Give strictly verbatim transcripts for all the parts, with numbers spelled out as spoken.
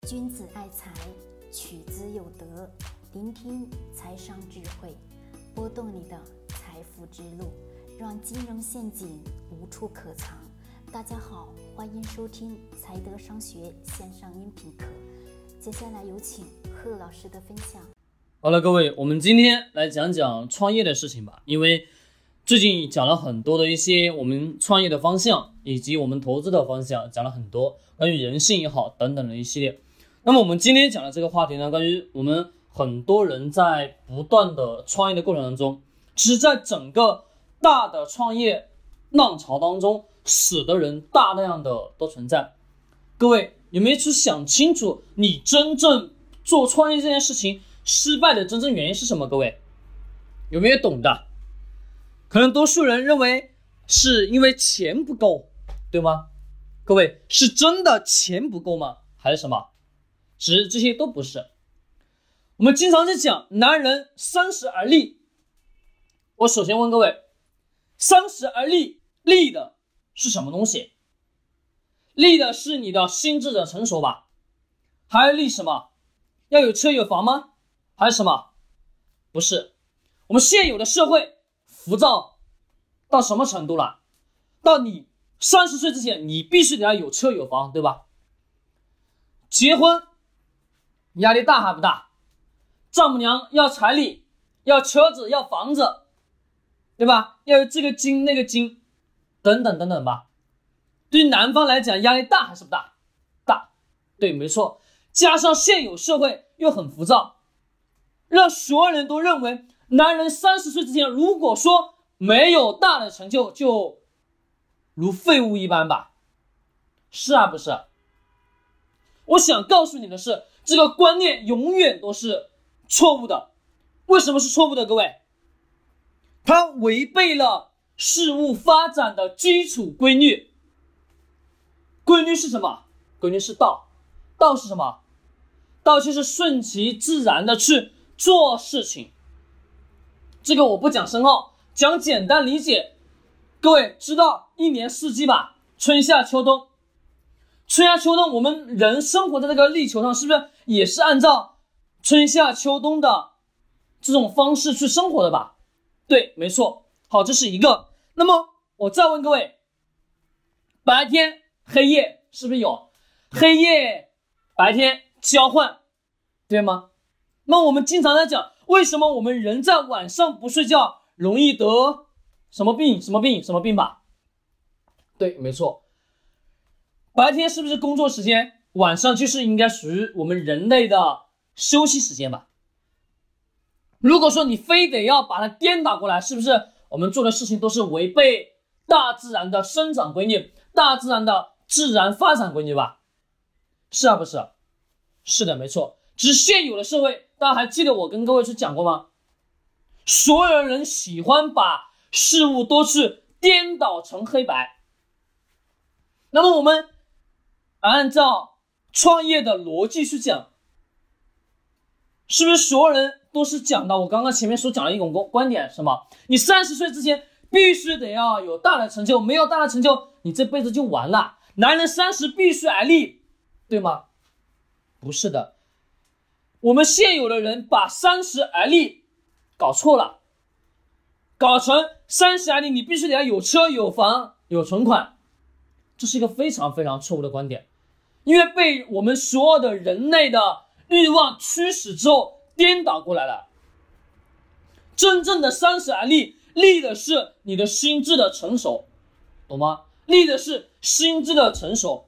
君子爱财，取之有德。聆听财商智慧，拨动你的财富之路，让金融陷阱无处可藏。大家好，欢迎收听财德商学线上音频课。接下来有请贺老师的分享。 好了，各位，我们今天来讲讲创业的事情吧。因为最近讲了很多的一些我们创业的方向，以及我们投资的方向，讲了很多关于人性也好等等的一系列。那么我们今天讲的这个话题呢，关于我们很多人在不断的创业的过程当中，其实在整个大的创业浪潮当中，死的人大量的都存在。各位有没有去想清楚，你真正做创业这件事情失败的真正原因是什么？各位有没有懂的？可能多数人认为是因为钱不够，对吗？各位，是真的钱不够吗？还是什么？其实这些都不是。我们经常在讲男人三十而立，我首先问各位，三十而立，立的是什么东西？立的是你的心智的成熟吧？还是立什么？要有车有房吗？还是什么？不是。我们现有的社会浮躁到什么程度了？到你三十岁之前，你必须得要有车有房，对吧？结婚压力大还不大？丈母娘要彩礼，要车子，要房子，对吧？要有这个金那个金，等等等等吧。对于男方来讲，压力大还是不大？大，对，没错。加上现有社会又很浮躁，让所有人都认为男人三十岁之前，如果说没有大的成就，就如废物一般吧？是啊，不是？我想告诉你的是，这个观念永远都是错误的。为什么是错误的？各位，它违背了事物发展的基础规律。规律是什么？规律是道。道是什么？道就是顺其自然的去做事情。这个我不讲深奥，讲简单理解。各位知道一年四季吧？春夏秋冬。春夏秋冬，我们人生活在这个地球上，是不是也是按照春夏秋冬的这种方式去生活的吧？对，没错。好，这是一个。那么我再问各位，白天黑夜是不是有？黑夜白天交换，对吗？那我们经常在讲，为什么我们人在晚上不睡觉容易得什么病什么病什么病吧？对，没错。白天是不是工作时间？晚上就是应该属于我们人类的休息时间吧？如果说你非得要把它颠倒过来，是不是我们做的事情都是违背大自然的生长规律，大自然的自然发展规律吧？是啊，不是？是的，没错。只是现有的社会，大家还记得我跟各位去讲过吗？所有人喜欢把事物都是颠倒成黑白。那么我们按照创业的逻辑去讲，是不是所有人都是讲到我刚刚前面所讲的一种观点？什么？你三十岁之前必须得要有大的成就，没有大的成就，你这辈子就完了。男人三十必须而立，对吗？不是的。我们现有的人把三十而立搞错了，搞成三十而立你必须得要有车有房有存款，这是一个非常非常错误的观点。因为被我们所有的人类的欲望驱使之后颠倒过来了。真正的三十而立，立的是你的心智的成熟，懂吗？立的是心智的成熟，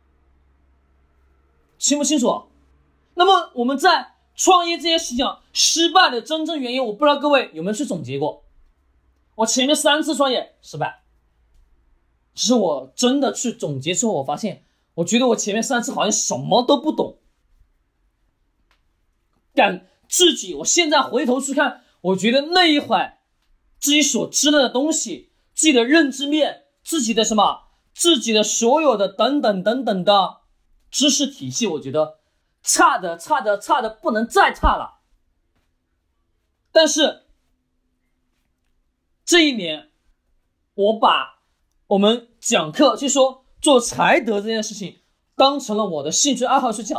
清不清楚？那么我们在创业这件事情失败的真正原因，我不知道各位有没有去总结过。我前面三次创业失败，只是我真的去总结之后，我发现我觉得我前面三次好像什么都不懂，感自己我现在回头去看，我觉得那一会儿自己所知道的东西，自己的认知面，自己的什么，自己的所有的等等等等的知识体系，我觉得差的差的差的不能再差了。但是这一年我把我们讲课就说做财德这件事情当成了我的兴趣爱好去讲，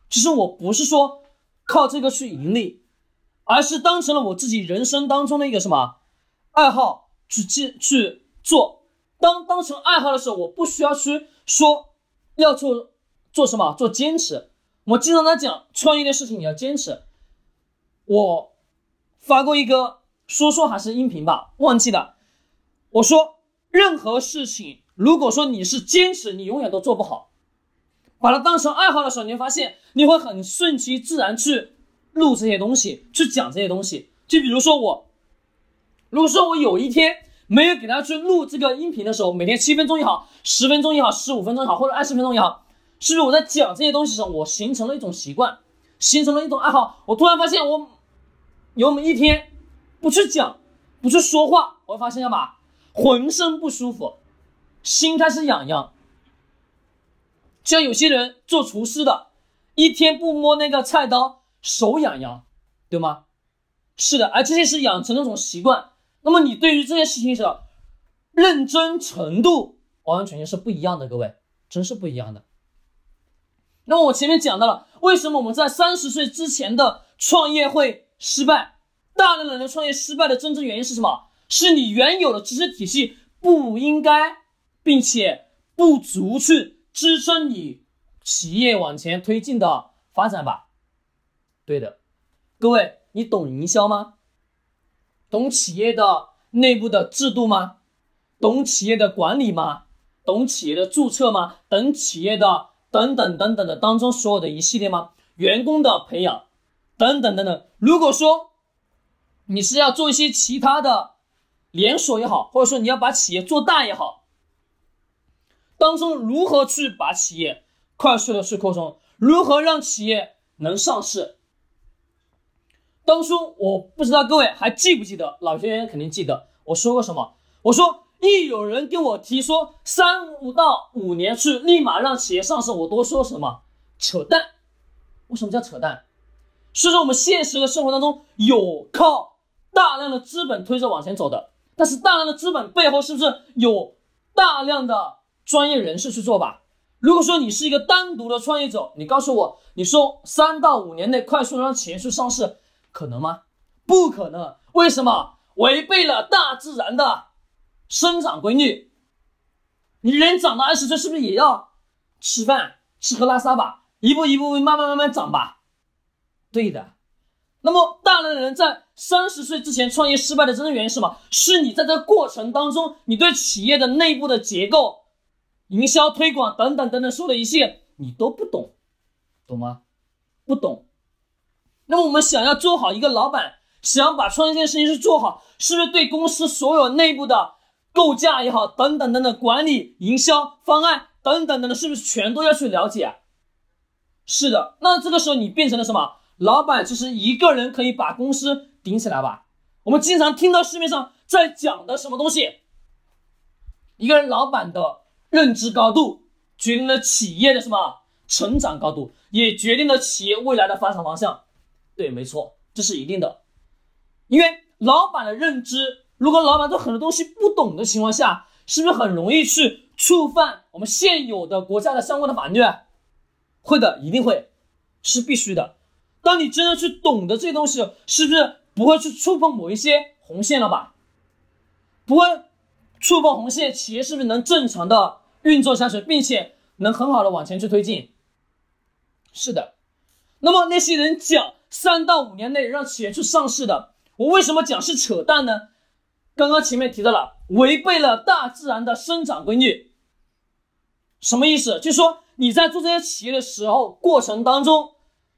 其实我不是说靠这个去盈利，而是当成了我自己人生当中的一个什么爱好去去做。当当成爱好的时候，我不需要去说要做做什么，做坚持。我经常在讲创业的事情，你要坚持。我发过一个说说还是音频吧，忘记了。我说任何事情，如果说你是坚持，你永远都做不好。把它当成爱好的时候，你会发现你会很顺其自然去录这些东西，去讲这些东西。就比如说我，如果说我有一天没有给大家去录这个音频的时候，每天七分钟也好，十分钟也好，十五分钟也好，或者二十分钟也好，是不是我在讲这些东西的时候，我形成了一种习惯，形成了一种爱好。我突然发现我有每一天不去讲，不去说话，我会发现干嘛？浑身不舒服，心开始痒痒。像有些人做厨师的，一天不摸那个菜刀，手痒痒，对吗？是的，而这些是养成那种习惯。那么你对于这件事情的认真程度，完完全全是不一样的，各位，真是不一样的。那么我前面讲到了，为什么我们在三十岁之前的创业会失败？大量的人创业失败的真正原因是什么？是你原有的知识体系不应该，并且不足去支撑你企业往前推进的发展吧。对的，各位，你懂营销吗？懂企业的内部的制度吗？懂企业的管理吗？懂企业的注册吗？懂企业的等等等等的当中所有的一系列吗？员工的培养等等等等。如果说你是要做一些其他的连锁也好，或者说你要把企业做大也好，当中如何去把企业快速的去扩充，如何让企业能上市。当初我不知道各位还记不记得，老学员肯定记得我说过什么。我说一有人跟我提说三五到五年去立马让企业上市，我多说什么？扯淡。为什么叫扯淡？是说我们现实的生活当中有靠大量的资本推着往前走的，但是大量的资本背后是不是有大量的专业人士去做吧？如果说你是一个单独的创业者，你告诉我，你说三到五年内快速让企业去上市，可能吗？不可能。为什么？违背了大自然的生长规律。你人长到二十岁，是不是也要吃饭、吃喝拉撒吧？一步一步慢慢慢慢长吧。对的。那么大量的人在三十岁之前创业失败的真正原因是什么？是你在这个过程当中，你对企业的内部的结构、营销推广等等等等说的一切你都不懂，懂吗？不懂。那么我们想要做好一个老板，想要把创业这件事情是做好，是不是对公司所有内部的构架也好，等等等等管理、营销方案等等等等，是不是全都要去了解啊？是的。那这个时候你变成了什么？老板就是一个人可以把公司顶起来吧？我们经常听到市面上在讲的什么东西？一个人老板的认知高度决定了企业的什么成长高度，也决定了企业未来的发展方向。对，没错，这是一定的。因为老板的认知，如果老板对很多东西不懂的情况下，是不是很容易去触犯我们现有的国家的相关的法律？会的，一定会，是必须的。当你真的去懂得这些东西，是不是不会去触碰某一些红线了吧？不会触碰红线，企业是不是能正常的运作下去，并且能很好的往前去推进？是的。那么那些人讲三到五年内让企业去上市的，我为什么讲是扯淡呢？刚刚前面提到了，违背了大自然的生长规律。什么意思？就是说你在做这些企业的时候，过程当中，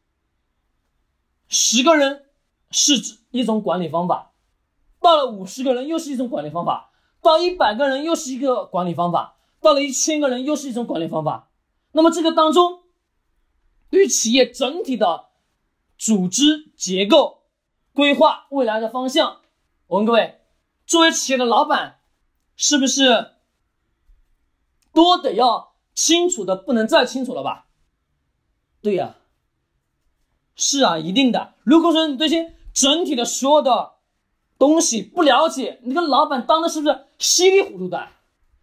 十个人是一种管理方法，到了五十个人又是一种管理方法，到一百个人又是一个管理方法，到了一千个人又是一种管理方法。那么这个当中，对于企业整体的组织结构规划未来的方向，我问各位，作为企业的老板，是不是多得要清楚的不能再清楚了吧？对呀、啊，是啊，一定的。如果说你对这些整体的所有的东西不了解，你跟老板当的是不是稀里糊涂的？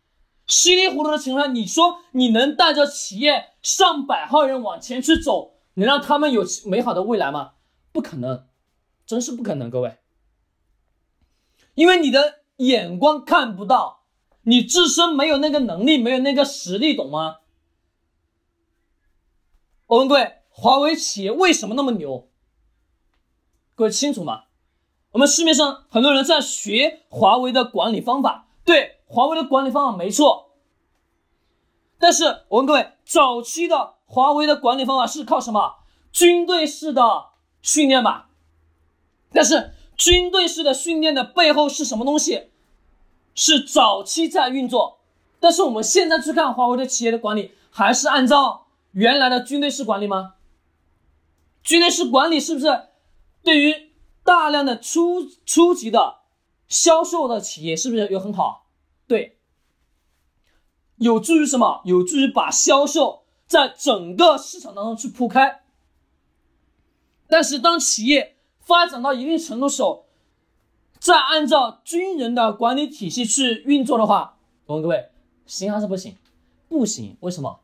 稀里糊涂的情况下，你说你能带着企业上百号人往前去走， 能让他们有美好的未来吗？不可能，真是不可能，各位。因为你的眼光看不到，你自身没有那个能力，没有那个实力，懂吗？我问各位，华为企业为什么那么牛？各位清楚吗？我们市面上很多人在学华为的管理方法，对，华为的管理方法没错。但是我问各位，早期的华为的管理方法是靠什么？军队式的训练吧。但是军队式的训练的背后是什么东西？是早期在运作。但是我们现在去看华为的企业的管理，还是按照原来的军队式管理吗？军队式管理是不是对于大量的初初级的销售的企业是不是有很好？对，有助于什么？有助于把销售在整个市场当中去铺开。但是当企业发展到一定程度时候，再按照军人的管理体系去运作的话，我问各位，行还是不行？不行。为什么？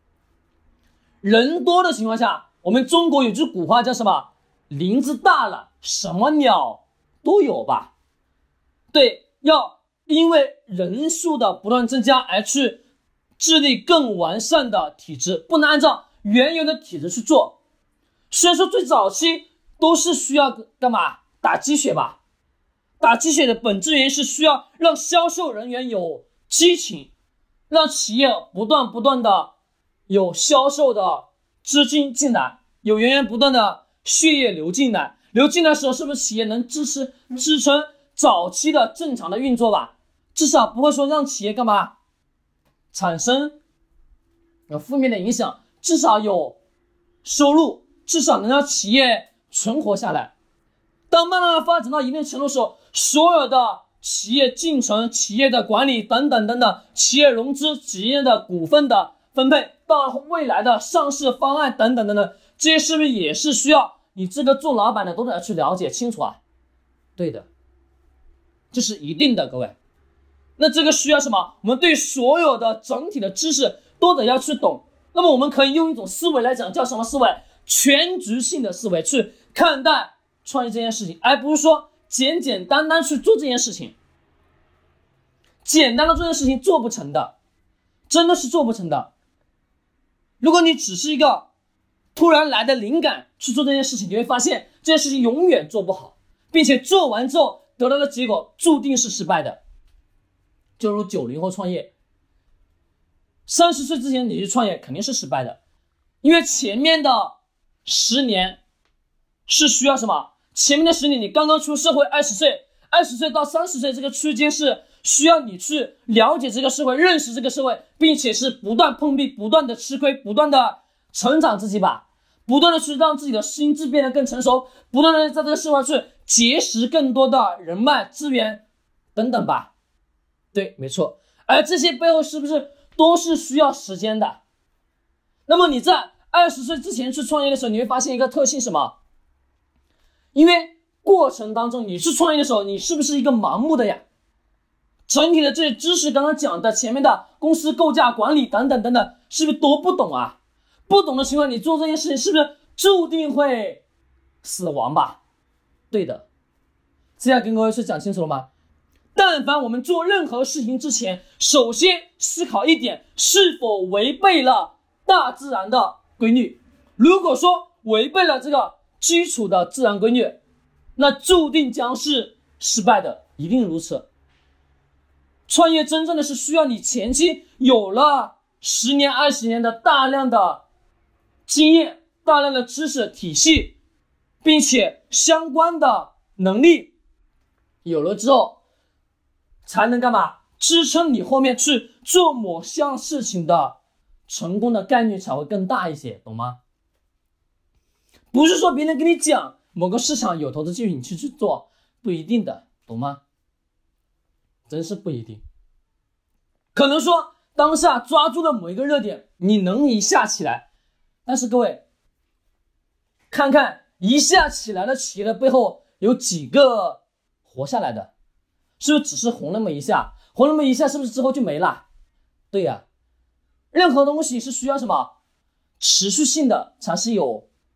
人多的情况下，我们中国有句古话叫什么？林子大了，什么鸟都有吧。对，要因为人数的不断增加而去制定更完善的体制，不能按照原有的体制去做。虽然说最早期都是需要干嘛？打鸡血吧。打鸡血的本质原因是需要让销售人员有激情，让企业不断不断的有销售的资金进来，有源源不断的血液流进来，流进来的时候是不是企业能支持支撑早期的正常的运作吧？至少不会说让企业干嘛产生有负面的影响，至少有收入，至少能让企业存活下来。当慢慢发展到一定程度的时候，所有的企业进程、企业的管理等等等等，企业融资、企业的股份的分配，到未来的上市方案等等等等，这些是不是也是需要你这个做老板的都得去了解清楚啊？对的，这是一定的，各位。那这个需要什么？我们对所有的整体的知识都得要去懂。那么我们可以用一种思维来讲，叫什么思维？全局性的思维去看待创业这件事情，而不是说简简单单去做这件事情。简单的做这件事情做不成的，真的是做不成的。如果你只是一个突然来的灵感去做这件事情，你会发现这件事情永远做不好，并且做完之后得到的结果注定是失败的。就如九零后创业，三十岁之前你去创业肯定是失败的，因为前面的十年是需要什么？前面的十年你刚刚出社会，二十岁，二十岁到三十岁这个区间是需要你去了解这个社会，认识这个社会，并且是不断碰壁，不断的吃亏，不断的成长自己吧，不断的去让自己的心智变得更成熟，不断的在这个社会去结识更多的人脉资源等等吧。对，没错。而这些背后是不是都是需要时间的？那么你在二十岁之前去创业的时候，你会发现一个特性，什么？因为过程当中你去创业的时候，你是不是一个盲目的呀？整体的这些知识刚刚讲的前面的公司构架管理等等等等，是不是都不懂啊？不懂的情况，你做这件事情是不是注定会死亡吧？对的，这样跟各位去讲清楚了吗？但凡我们做任何事情之前，首先思考一点，是否违背了大自然的规律。如果说违背了这个基础的自然规律，那注定将是失败的，一定如此。创业真正的是需要你前期有了十年、二十年的大量的经验、大量的知识体系，并且相关的能力有了之后，才能干嘛？支撑你后面去做某项事情的成功的概率才会更大一些，懂吗？不是说别人跟你讲某个市场有投资机会你去去做，不一定的，懂吗？真是不一定。可能说当下抓住了某一个热点，你能一下起来，但是各位看看一下起来的企业的背后有几个活下来的？是不是只是红那么一下？红那么一下是不是之后就没了？对呀、啊，任何东西是需要什么？持续性的才是有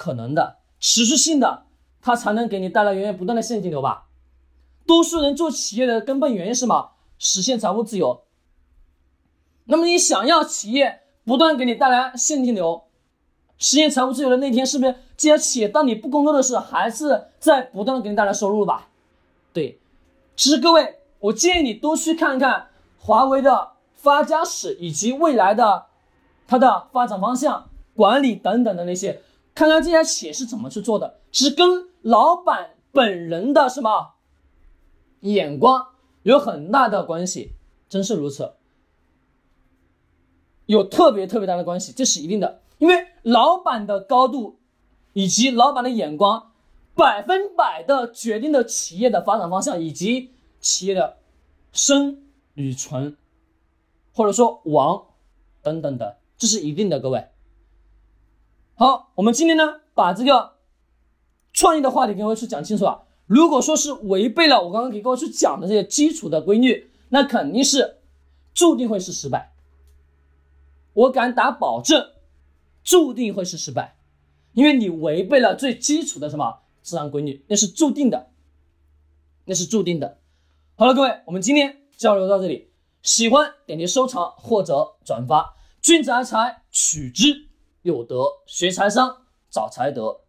可能的，持续性的，它才能给你带来源源不断的现金流吧。多数人做企业的根本原因是什么？实现财务自由。那么你想要企业不断给你带来现金流，实现财务自由的那天，是不是这家企业当你不工作的时候，还是在不断的给你带来收入吧？对，其实各位，我建议你多去看看华为的发家史，以及未来的它的发展方向、管理等等的那些，看看这家企业是怎么去做的，其实跟老板本人的什么眼光有很大的关系，真是如此，有特别特别大的关系，这是一定的。因为老板的高度以及老板的眼光，百分百的决定了企业的发展方向以及企业的生与存，或者说亡等等的，这是一定的。各位，好，我们今天呢把这个创业的话题给各位去讲清楚了。如果说是违背了我刚刚给各位去讲的这些基础的规律，那肯定是注定会是失败，我敢打保证，注定会是失败，因为你违背了最基础的什么自然规律，那是注定的，那是注定的。好了，各位，我们今天交流到这里，喜欢点击收藏或者转发。君子爱财，取之有德，学财商，找财德。